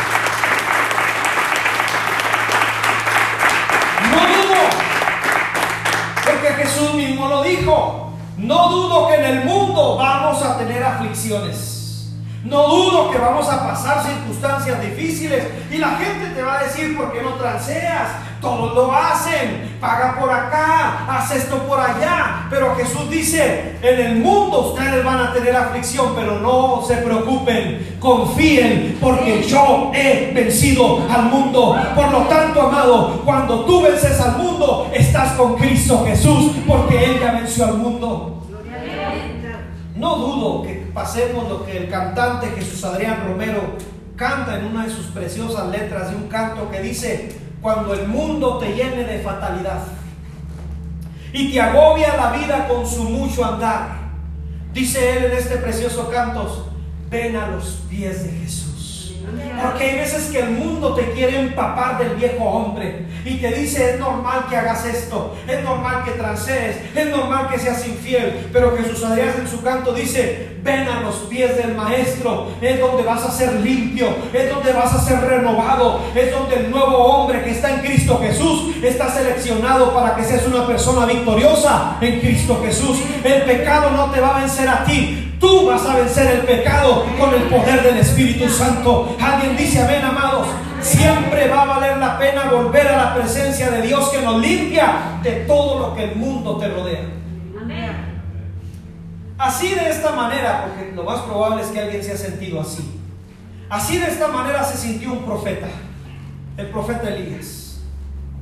Jesús mismo lo dijo, no dudo que en el mundo vamos a tener aflicciones, no dudo que vamos a pasar circunstancias difíciles, y la gente te va a decir, ¿por qué no transeas? Todos lo hacen, paga por acá, haz esto por allá. Pero Jesús dice, en el mundo ustedes van a tener aflicción, pero no se preocupen, confíen, porque yo he vencido al mundo. Por lo tanto, amado, cuando tú vences al mundo, estás con Cristo Jesús, porque Él ya venció al mundo. No dudo que pasemos lo que el cantante Jesús Adrián Romero canta en una de sus preciosas letras de un canto que dice, cuando el mundo te llene de fatalidad y te agobia la vida con su mucho andar, dice él en este precioso canto, ven a los pies de Jesús. Porque hay veces que el mundo te quiere empapar del viejo hombre y te dice, es normal que hagas esto, es normal que transees, es normal que seas infiel. Pero Jesús Adrián en su canto dice, ven a los pies del Maestro, es donde vas a ser limpio, es donde vas a ser renovado, es donde el nuevo hombre que está en Cristo Jesús está seleccionado para que seas una persona victoriosa en Cristo Jesús. El pecado no te va a vencer a ti, tú vas a vencer el pecado con el poder del Espíritu Santo. Alguien dice amén, amados. Siempre va a valer la pena volver a la presencia de Dios, que nos limpia de todo lo que el mundo te rodea. Amén. Así, de esta manera, porque lo más probable es que alguien se ha sentido así. Así, de esta manera se sintió un profeta, el profeta Elías.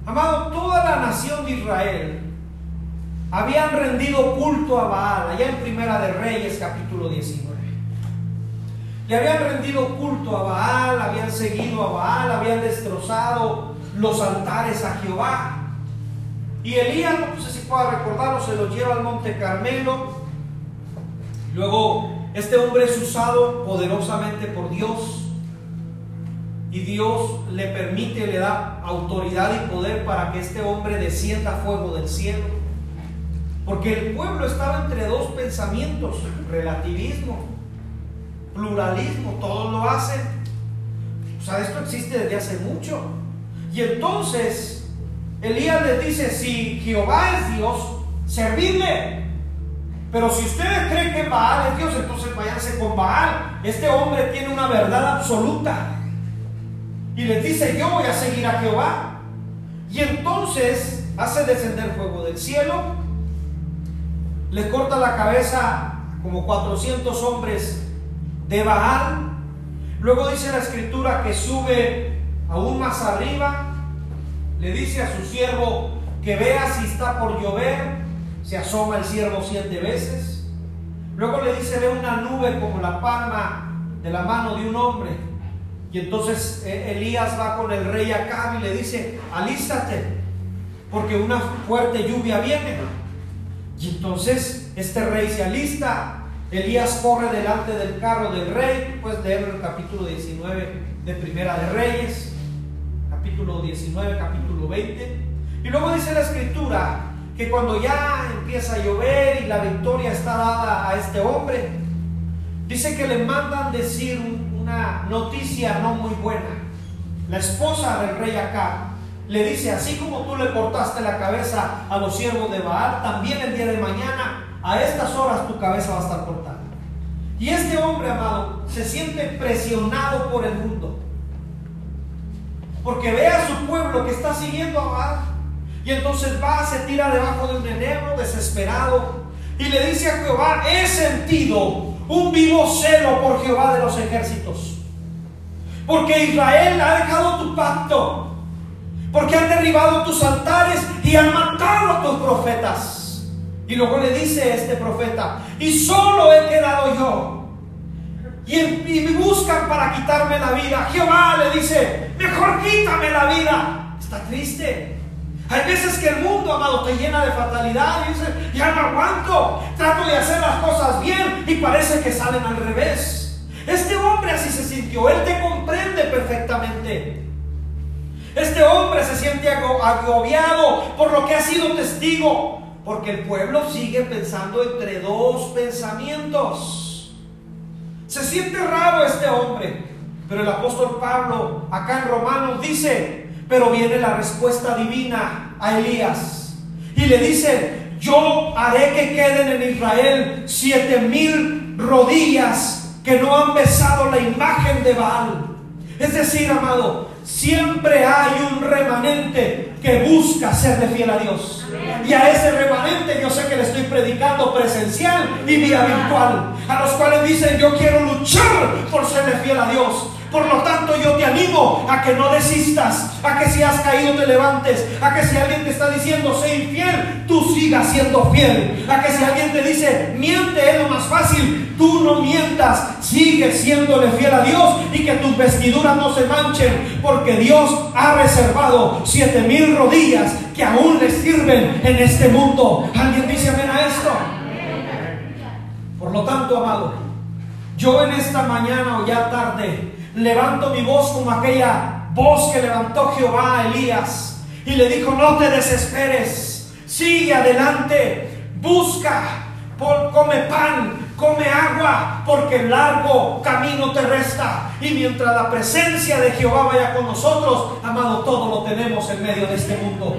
Amado, toda la nación de Israel habían rendido culto a Baal, allá en Primera de Reyes, capítulo 19. Le habían rendido culto a Baal, habían seguido a Baal, habían destrozado los altares a Jehová. Y Elías, no sé si pueda recordarlo, se lo lleva al monte Carmelo. Luego este hombre es usado poderosamente por Dios, y Dios le permite, le da autoridad y poder para que este hombre descienda fuego del cielo, porque el pueblo estaba entre dos pensamientos: relativismo, pluralismo. Todos lo hacen. O sea, esto existe desde hace mucho. Y entonces Elías les dice: si Jehová es Dios, servidle. Pero si ustedes creen que Baal es Dios, entonces váyanse con Baal. Este hombre tiene una verdad absoluta. Y les dice: yo voy a seguir a Jehová. Y entonces hace descender fuego del cielo, le corta la cabeza como 400 hombres de Baal. Luego dice la escritura que sube aún más arriba, le dice a su siervo que vea si está por llover. Se asoma el siervo 7 veces. Luego le dice: ve una nube como la palma de la mano de un hombre. Y entonces Elías va con el rey Acab y le dice: alístate, porque una fuerte lluvia viene. Y entonces este rey se alista. Elías corre delante del carro del rey. Pues leer el capítulo 19 de Primera de Reyes, capítulo 19, capítulo 20. Y luego dice la escritura que cuando ya empieza a llover y la victoria está dada a este hombre, dice que le mandan decir una noticia no muy buena. La esposa del rey Acab le dice: así como tú le cortaste la cabeza a los siervos de Baal, también el día de mañana a estas horas tu cabeza va a estar cortada. Y este hombre, amado, se siente presionado por el mundo, porque ve a su pueblo que está siguiendo a Baal. Y entonces va, se tira debajo de un enebro desesperado y le dice a Jehová: he sentido un vivo celo por Jehová de los ejércitos, porque Israel ha dejado tu pacto, porque han derribado tus altares y han matado a tus profetas. Y luego le dice este profeta: y solo he quedado yo, y me buscan para quitarme la vida. Jehová le dice: mejor quítame la vida. Está triste. Hay veces que el mundo, amado, te llena de fatalidad y dices: ya no aguanto, trato de hacer las cosas bien y parece que salen al revés. Este hombre así se sintió. Él te comprende perfectamente. Este hombre se siente agobiado por lo que ha sido testigo, porque el pueblo sigue pensando entre dos pensamientos. Se siente raro este hombre. Pero el apóstol Pablo acá en Romanos dice: pero viene la respuesta divina a Elías y le dice: yo haré que queden en Israel 7,000 rodillas que no han besado la imagen de Baal. Es decir, amado, siempre hay un remanente que busca serle fiel a Dios. Y a ese remanente yo sé que le estoy predicando presencial y vía virtual, a los cuales dicen: yo quiero luchar por serle fiel a Dios. Por lo tanto, yo te animo a que no desistas, a que si has caído te levantes, a que si alguien te está diciendo sé infiel, tú sigas siendo fiel, a que si alguien te dice miente, es lo más fácil, tú no mientas, sigue siéndole fiel a Dios y que tus vestiduras no se manchen, porque Dios ha reservado 7,000 rodillas que aún les sirven en este mundo. ¿Alguien dice amén a esto? Por lo tanto, amado, yo en esta mañana o ya tarde levanto mi voz como aquella voz que levantó Jehová a Elías y le dijo: no te desesperes, sigue adelante, busca, come pan, come agua, porque el largo camino te resta. Y mientras la presencia de Jehová vaya con nosotros, amado, todo lo tenemos en medio de este mundo.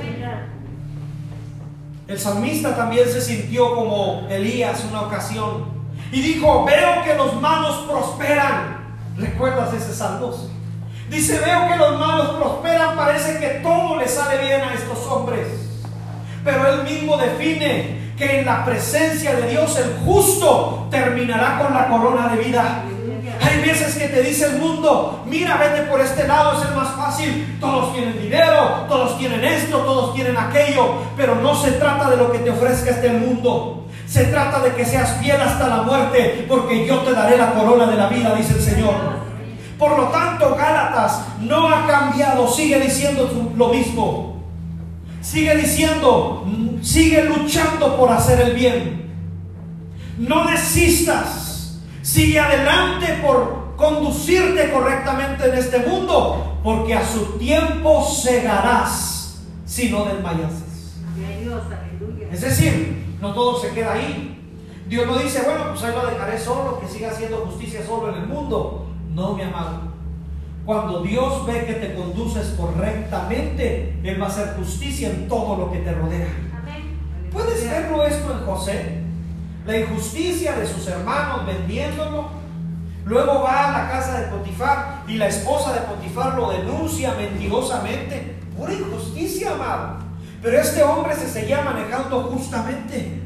El salmista también se sintió como Elías una ocasión y dijo: veo que los malos prosperan. ¿Recuerdas ese salmo? Dice: veo que los malos prosperan, parece que todo le sale bien a estos hombres. Pero él mismo define que en la presencia de Dios el justo terminará con la corona de vida. Hay veces que te dice el mundo: mira, vete por este lado, es el más fácil. Todos tienen dinero, todos tienen esto, todos tienen aquello. Pero no se trata de lo que te ofrezca este mundo. Se trata de que seas fiel hasta la muerte, porque yo te daré la corona de la vida, dice el Señor. Por lo tanto, Gálatas no ha cambiado, sigue diciendo lo mismo. Sigue diciendo, sigue luchando por hacer el bien. No desistas, sigue adelante por conducirte correctamente en este mundo, porque a su tiempo segarás si no desmayases. Es decir, no todo se queda ahí. Dios no dice: bueno, pues ahí lo dejaré solo, que siga haciendo justicia solo en el mundo. No, mi amado. Cuando Dios ve que te conduces correctamente, Él va a hacer justicia en todo lo que te rodea. ¿Puedes verlo esto en José? La injusticia de sus hermanos vendiéndolo. Luego va a la casa de Potifar y la esposa de Potifar lo denuncia mentirosamente. Pura injusticia, amado. Pero este hombre se seguía manejando justamente.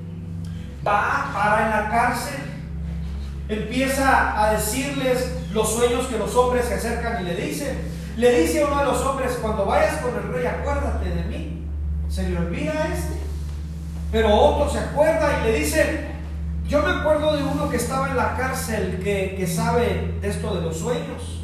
Va, para en la cárcel, empieza a decirles los sueños que los hombres se acercan y le dice a uno de los hombres: cuando vayas con el rey, acuérdate de mí. Se le olvida a este, pero otro se acuerda y le dice: yo me acuerdo de uno que estaba en la cárcel que sabe de esto de los sueños.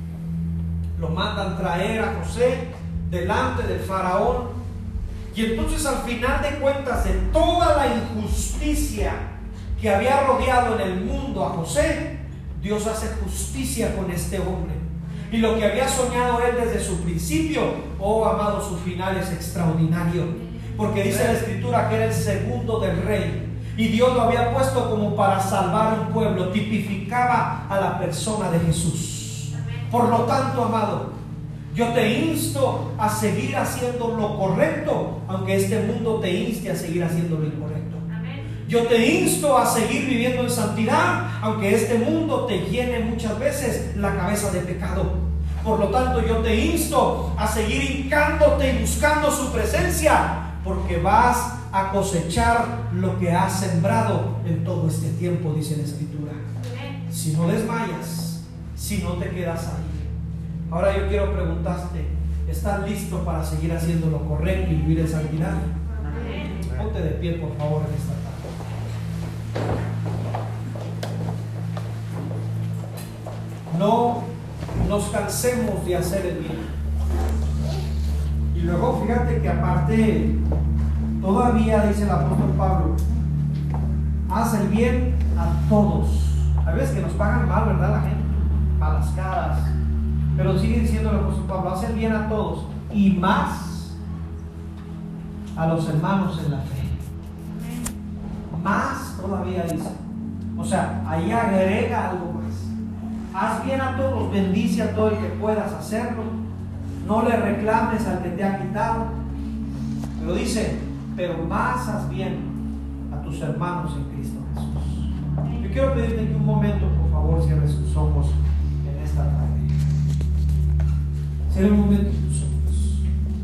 Lo mandan traer a José delante del faraón, y entonces al final de cuentas, de toda la injusticia que había rodeado en el mundo a José, Dios hace justicia con este hombre. Y lo que había soñado él desde su principio, oh amado, su final es extraordinario, porque dice la Escritura que era el segundo del rey, y Dios lo había puesto como para salvar un pueblo. Tipificaba a la persona de Jesús. Por lo tanto, amado, yo te insto a seguir haciendo lo correcto, aunque este mundo te inste a seguir haciendo lo incorrecto. Yo te insto a seguir viviendo en santidad, aunque este mundo te llene muchas veces la cabeza de pecado. Por lo tanto, yo te insto a seguir hincándote y buscando su presencia, porque vas a cosechar lo que has sembrado en todo este tiempo, dice la Escritura. Si no desmayas, si no te quedas ahí. Ahora yo quiero preguntarte: ¿estás listo para seguir haciendo lo correcto y vivir en santidad? Ponte de pie, por favor, en esta tarde. No nos cansemos de hacer el bien. Y luego fíjate que aparte, todavía dice el apóstol Pablo: haz el bien a todos. Hay veces que nos pagan mal, ¿verdad? La gente, malas caras. Pero sigue diciendo el apóstol Pablo: haz el bien a todos, y más a los hermanos en la fe. Más todavía dice. O sea, ahí agrega algo más. Haz bien a todos, bendice a todo el que puedas hacerlo. No le reclames al que te ha quitado. Pero dice: pero más haz bien a tus hermanos en Cristo Jesús. Yo quiero pedirte que un momento, por favor, cierres tus ojos en esta tarde. Cierra un momento tus ojos.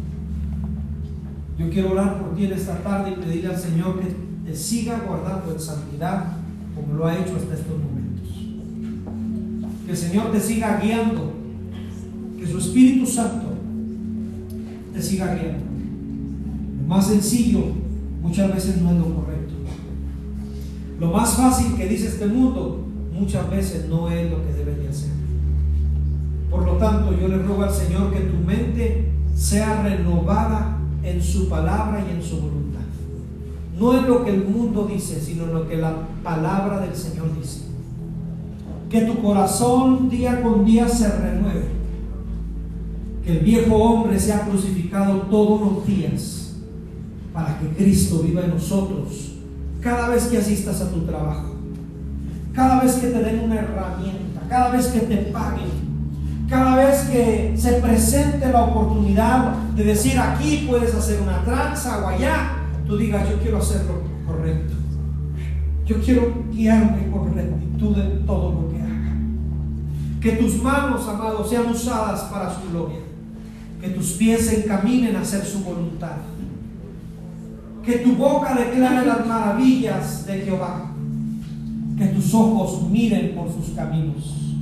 Yo quiero orar por ti en esta tarde y pedirle al Señor que te siga guardando en santidad como lo ha hecho hasta estos momentos. Que el Señor te siga guiando, que su Espíritu Santo te siga guiando. Lo más sencillo muchas veces no es lo correcto. Lo más fácil que dice este mundo muchas veces no es lo que debe de hacer. Por lo tanto, yo le ruego al Señor que tu mente sea renovada en su palabra y en su voluntad. No en lo que el mundo dice, sino en lo que la palabra del Señor dice. Que tu corazón día con día se renueve. Que el viejo hombre sea crucificado todos los días, para que Cristo viva en nosotros. Cada vez que asistas a tu trabajo, cada vez que te den una herramienta, cada vez que te paguen, cada vez que se presente la oportunidad de decir: aquí puedes hacer una tranza o allá, tú digas: yo quiero hacer lo correcto. Yo quiero guiarme con rectitud en todo lo que haga. Que tus manos, amados, sean usadas para su gloria. Que tus pies se encaminen a hacer su voluntad. Que tu boca declare las maravillas de Jehová. Que tus ojos miren por sus caminos.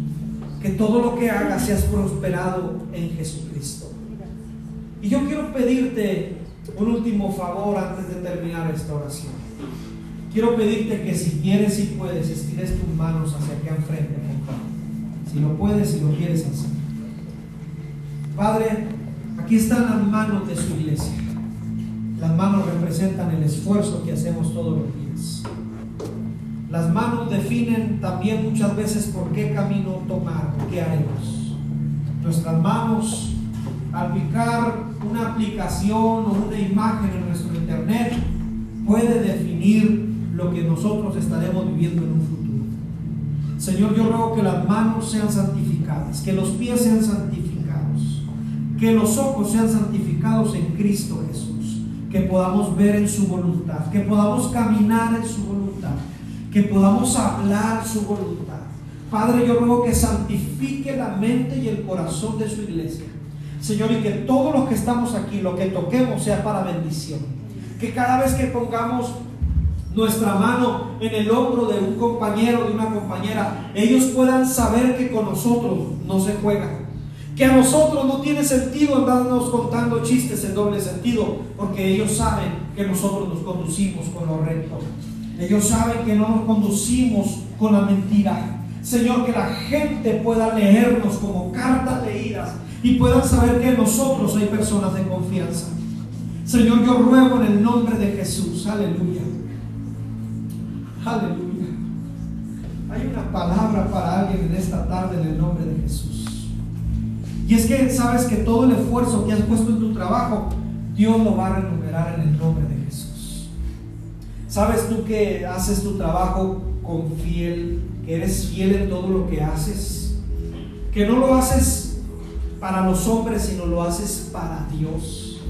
que todo lo que hagas seas prosperado en Jesucristo. Y yo quiero pedirte un último favor antes de terminar esta oración. Quiero pedirte que si quieres y puedes, estires tus manos hacia aquí enfrente, por favor. Si lo puedes, si lo quieres hacer. Padre, aquí están las manos de su iglesia. Las manos representan el esfuerzo que hacemos todos los días. Las manos definen también muchas veces por qué camino tomar, qué haremos. Nuestras manos, al picar una aplicación o una imagen en nuestro internet, puede definir lo que nosotros estaremos viviendo en un futuro. Señor, yo ruego que las manos sean santificadas, que los pies sean santificados, que los ojos sean santificados en Cristo Jesús, que podamos ver en su voluntad, que podamos caminar en su voluntad, que podamos hablar su voluntad. Padre, yo ruego que santifique la mente y el corazón de su iglesia, Señor, y que todos los que estamos aquí, lo que toquemos sea para bendición. Que cada vez que pongamos nuestra mano en el hombro de un compañero, de una compañera, ellos puedan saber que con nosotros no se juega, que a nosotros no tiene sentido andarnos contando chistes en doble sentido, porque ellos saben que nosotros nos conducimos con lo recto. Ellos saben que no nos conducimos con la mentira. Señor, que la gente pueda leernos como cartas leídas y puedan saber que en nosotros hay personas de confianza. Señor, yo ruego en el nombre de Jesús. Aleluya. Aleluya. Hay una palabra para alguien en esta tarde en el nombre de Jesús. Y es que sabes que todo el esfuerzo que has puesto en tu trabajo, Dios lo va a remunerar en el nombre de Jesús. Sabes tú que haces tu trabajo con fiel, que eres fiel en todo lo que haces, que no lo haces para los hombres, sino lo haces para Dios.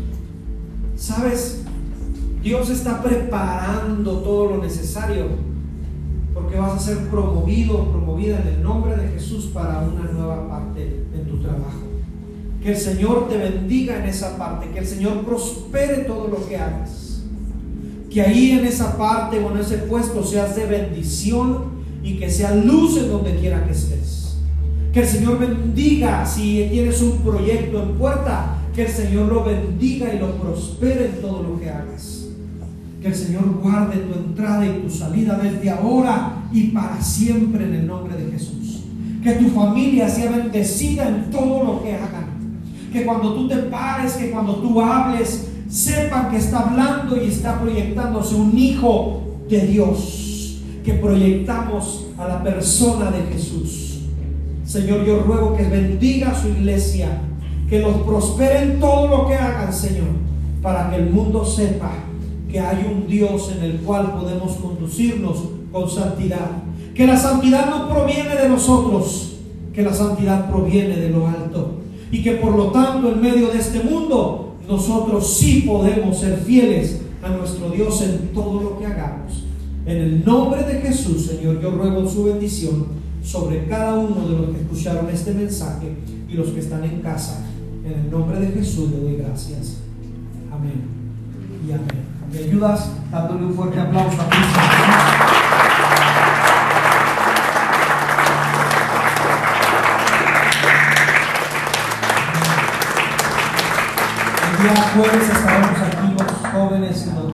Sabes, Dios está preparando todo lo necesario, porque vas a ser promovido o promovida en el nombre de Jesús para una nueva parte en tu trabajo. Que el Señor te bendiga en esa parte, que el Señor prospere todo lo que hagas, que ahí en esa parte o en ese puesto seas de bendición y que sea luz en donde quiera que estés. Que el Señor bendiga si tienes un proyecto en puerta, que el Señor lo bendiga y lo prospere en todo lo que hagas. Que el Señor guarde tu entrada y tu salida desde ahora y para siempre en el nombre de Jesús. Que tu familia sea bendecida en todo lo que hagan. Que cuando tú te pares, que cuando tú hables, sepan que está hablando y está proyectándose un hijo de Dios, que proyectamos a la persona de Jesús. Señor, yo ruego que bendiga a su iglesia, que los prospere en todo lo que hagan, Señor, para que el mundo sepa que hay un Dios en el cual podemos conducirnos con santidad. Que la santidad no proviene de nosotros, que la santidad proviene de lo alto. Y que por lo tanto en medio de este mundo nosotros sí podemos ser fieles a nuestro Dios en todo lo que hagamos. En el nombre de Jesús, Señor, yo ruego su bendición sobre cada uno de los que escucharon este mensaje y los que están en casa. En el nombre de Jesús le doy gracias. Amén y amén. ¿Me ayudas dándole un fuerte aplauso a Cristo? El día jueves estaremos aquí los jóvenes